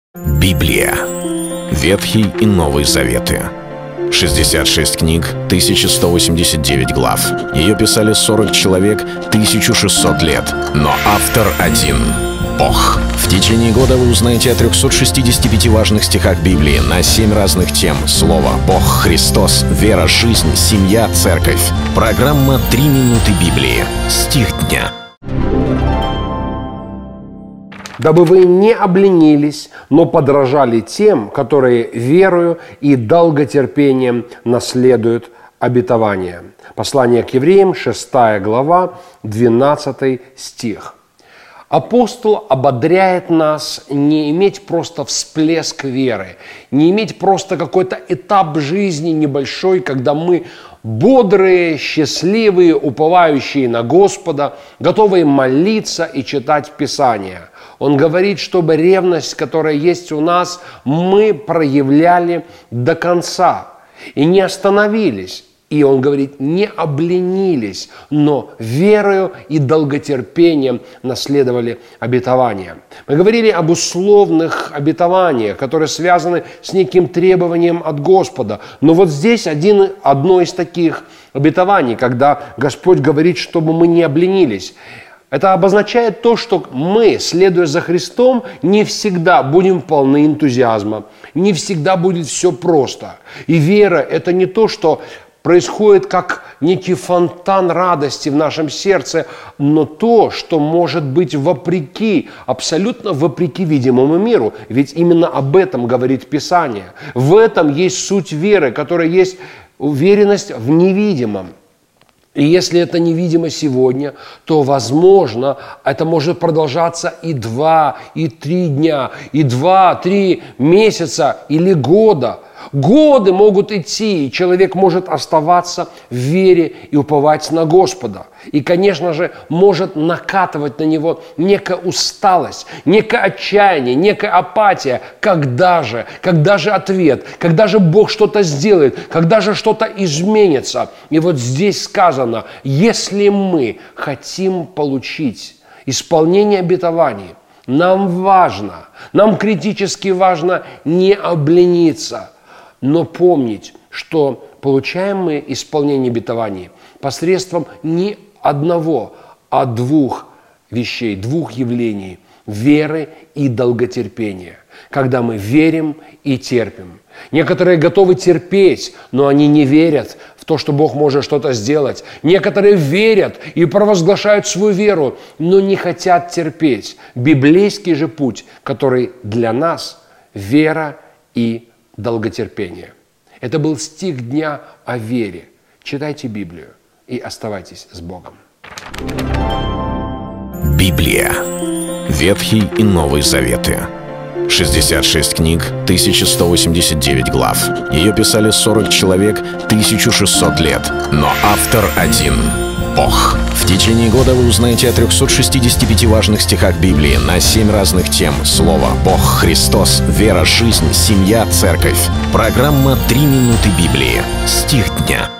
Библия. Ветхий и Новый Заветы. 66 книг, 1189 глав. Ее писали 40 человек, 1600 лет. Но автор один — Бог. В течение года вы узнаете о 365 важных стихах Библии на 7 разных тем. Слово, Бог, Христос, вера, жизнь, семья, церковь. Программа «3 минуты Библии». Стих дня. «Дабы вы не обленились, но подражали тем, которые верою и долготерпением наследуют обетование». Послание к евреям, 6 глава, 12 стих. Апостол ободряет нас не иметь просто всплеск веры, не иметь просто какой-то этап жизни небольшой, когда мы бодрые, счастливые, уповающие на Господа, готовые молиться и читать Писание. Он говорит, чтобы ревность, которая есть у нас, мы проявляли до конца и не остановились. И он говорит, не обленились, но верою и долготерпением наследовали обетование. Мы говорили об условных обетованиях, которые связаны с неким требованием от Господа. Но вот здесь одно из таких обетований, когда Господь говорит, чтобы мы не обленились. Это обозначает то, что мы, следуя за Христом, не всегда будем полны энтузиазма, не всегда будет все просто. И вера – это не то, что происходит как некий фонтан радости в нашем сердце, но то, что может быть вопреки, абсолютно вопреки видимому миру. Ведь именно об этом говорит Писание. В этом есть суть веры, которая есть уверенность в невидимом. И если это невидимо сегодня, то, возможно, это может продолжаться и 2, и 3 дня, и 2-3 месяца или года. Годы могут идти, и человек может оставаться в вере и уповать на Господа. И, конечно же, может накатывать на него некая усталость, некое отчаяние, некая апатия. Когда же ответ? Когда же Бог что-то сделает? Когда же что-то изменится? И вот здесь сказано, если мы хотим получить исполнение обетований, нам критически важно не облениться, но помнить, что получаем мы исполнение обетований посредством не одного, а 2 вещей, 2 явлений – веры и долготерпения. Когда мы верим и терпим. Некоторые готовы терпеть, но они не верят в то, что Бог может что-то сделать. Некоторые верят и провозглашают свою веру, но не хотят терпеть. Библейский же путь, который для нас – вера и долготерпение. Это был стих дня о вере. Читайте Библию и оставайтесь с Богом. Библия. Ветхий и Новый Заветы. 66 книг, 1189 глав. Ее писали 40 человек, 1600 лет. Но автор один — Бог. В течение года вы узнаете о 365 важных стихах Библии на 7 разных тем. Слово, Бог, Христос, вера, жизнь, семья, церковь. Программа «3 минуты Библии». Стих дня.